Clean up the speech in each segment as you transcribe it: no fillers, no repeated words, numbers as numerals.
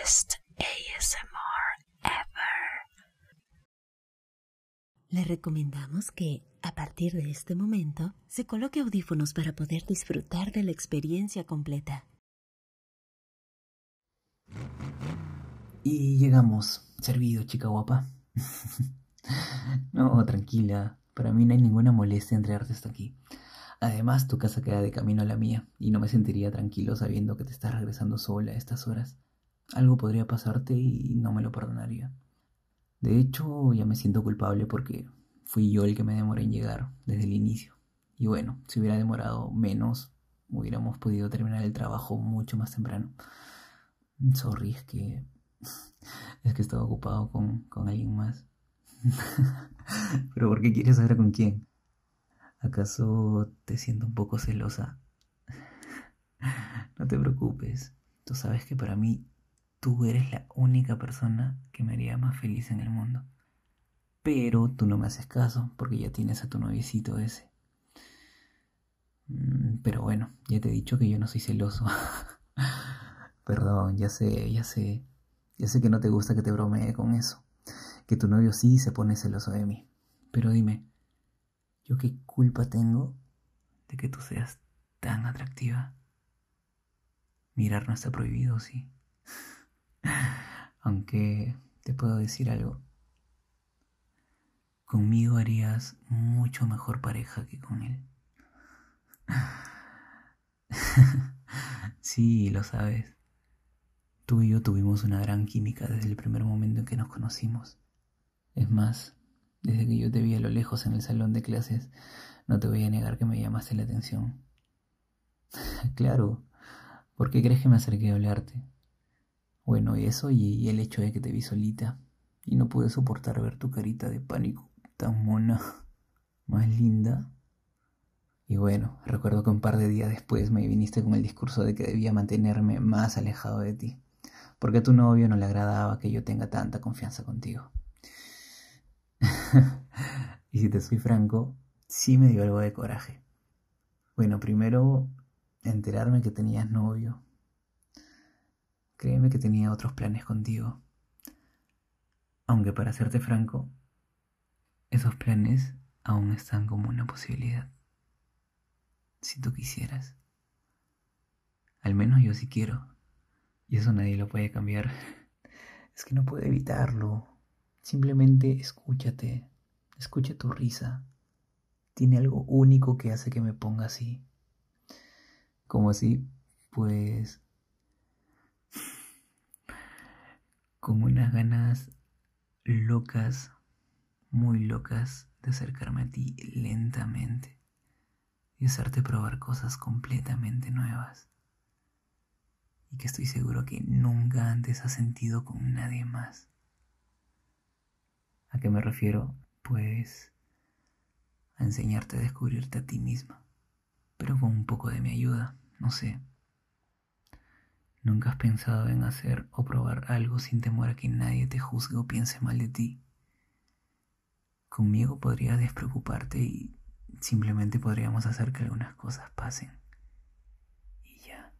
best ASMR ever. Le recomendamos que, a partir de este momento, se coloque audífonos para poder disfrutar de la experiencia completa. Y llegamos. Servido, chica guapa. No, tranquila. Para mí no hay ninguna molestia en traerte hasta aquí. Además, tu casa queda de camino a la mía y no me sentiría tranquilo sabiendo que te estás regresando sola a estas horas. Algo podría pasarte y no me lo perdonaría. De hecho, ya me siento culpable porque fui yo el que me demoré en llegar desde el inicio. Y bueno, si hubiera demorado menos, hubiéramos podido terminar el trabajo mucho más temprano. Sorry, es que estaba ocupado con alguien más. ¿Pero por qué quieres saber con quién? ¿Acaso te siento un poco celosa? No te preocupes, tú sabes que para mí tú eres la única persona que me haría más feliz en el mundo. Pero tú no me haces caso porque ya tienes a tu noviecito ese. Pero bueno, ya te he dicho que yo no soy celoso. Perdón, ya sé que no te gusta que te bromee con eso. Que tu novio sí se pone celoso de mí. Pero dime, ¿yo qué culpa tengo de que tú seas tan atractiva? Mirar no está prohibido, sí. Aunque te puedo decir algo. Conmigo harías mucho mejor pareja que con él. Sí, lo sabes. Tú y yo tuvimos una gran química desde el primer momento en que nos conocimos. Es más, desde que yo te vi a lo lejos en el salón de clases, no te voy a negar que me llamaste la atención. Claro, ¿por qué crees que me acerqué a hablarte? Bueno, eso y el hecho de que te vi solita y no pude soportar ver tu carita de pánico tan mona, más linda. Y bueno, recuerdo que un par de días después me viniste con el discurso de que debía mantenerme más alejado de ti, porque a tu novio no le agradaba que yo tenga tanta confianza contigo. Y si te soy franco, sí me dio algo de coraje. Bueno, primero, enterarme que tenías novio. Créeme que tenía otros planes contigo. Aunque para serte franco, esos planes aún están como una posibilidad. Si tú quisieras. Al menos yo sí quiero. Y eso nadie lo puede cambiar. Es que no puedo evitarlo. Simplemente escúchate. Escucha tu risa. Tiene algo único que hace que me ponga así. Como así, pues, con unas ganas locas, muy locas, de acercarme a ti lentamente y hacerte probar cosas completamente nuevas y que estoy seguro que nunca antes has sentido con nadie más. ¿A qué me refiero? Pues a enseñarte a descubrirte a ti misma, pero con un poco de mi ayuda, no sé. ¿Nunca has pensado en hacer o probar algo sin temor a que nadie te juzgue o piense mal de ti? Conmigo podrías despreocuparte y simplemente podríamos hacer que algunas cosas pasen. Y ya.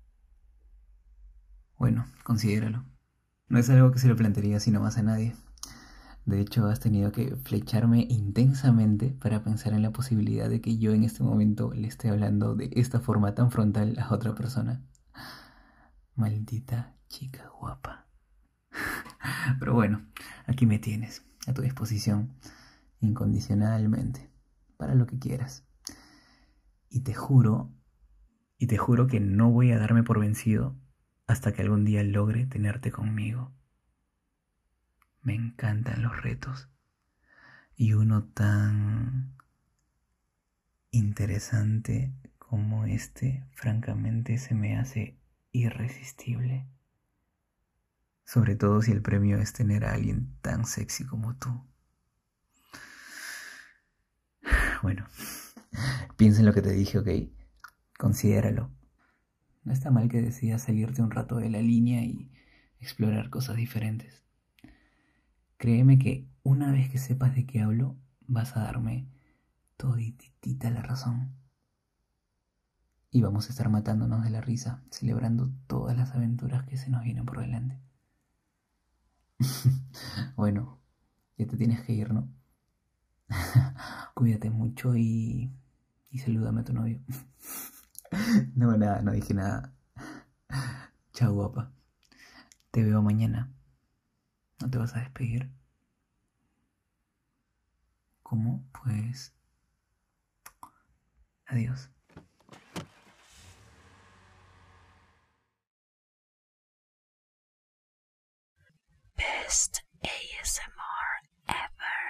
Bueno, considéralo. No es algo que se lo plantearía así nomás a nadie. De hecho, has tenido que flecharme intensamente para pensar en la posibilidad de que yo en este momento le esté hablando de esta forma tan frontal a otra persona. Maldita chica guapa. Pero bueno, aquí me tienes, a tu disposición, incondicionalmente, para lo que quieras. Y te juro que no voy a darme por vencido hasta que algún día logre tenerte conmigo. Me encantan los retos. Y uno tan interesante como este, francamente, se me hace irresistible. Sobre todo si el premio es tener a alguien tan sexy como tú. Bueno, piensa en lo que te dije, ¿ok? Considéralo. No está mal que decidas salirte un rato de la línea y explorar cosas diferentes. Créeme que una vez que sepas de qué hablo, vas a darme toditita la razón. Y vamos a estar matándonos de la risa, celebrando todas las aventuras que se nos vienen por delante. Bueno, ya te tienes que ir, ¿no? Cuídate mucho y salúdame a tu novio. No, nada, no dije nada. Chao, guapa. Te veo mañana. ¿No te vas a despedir? ¿Cómo? Pues... Adiós. Best ASMR ever.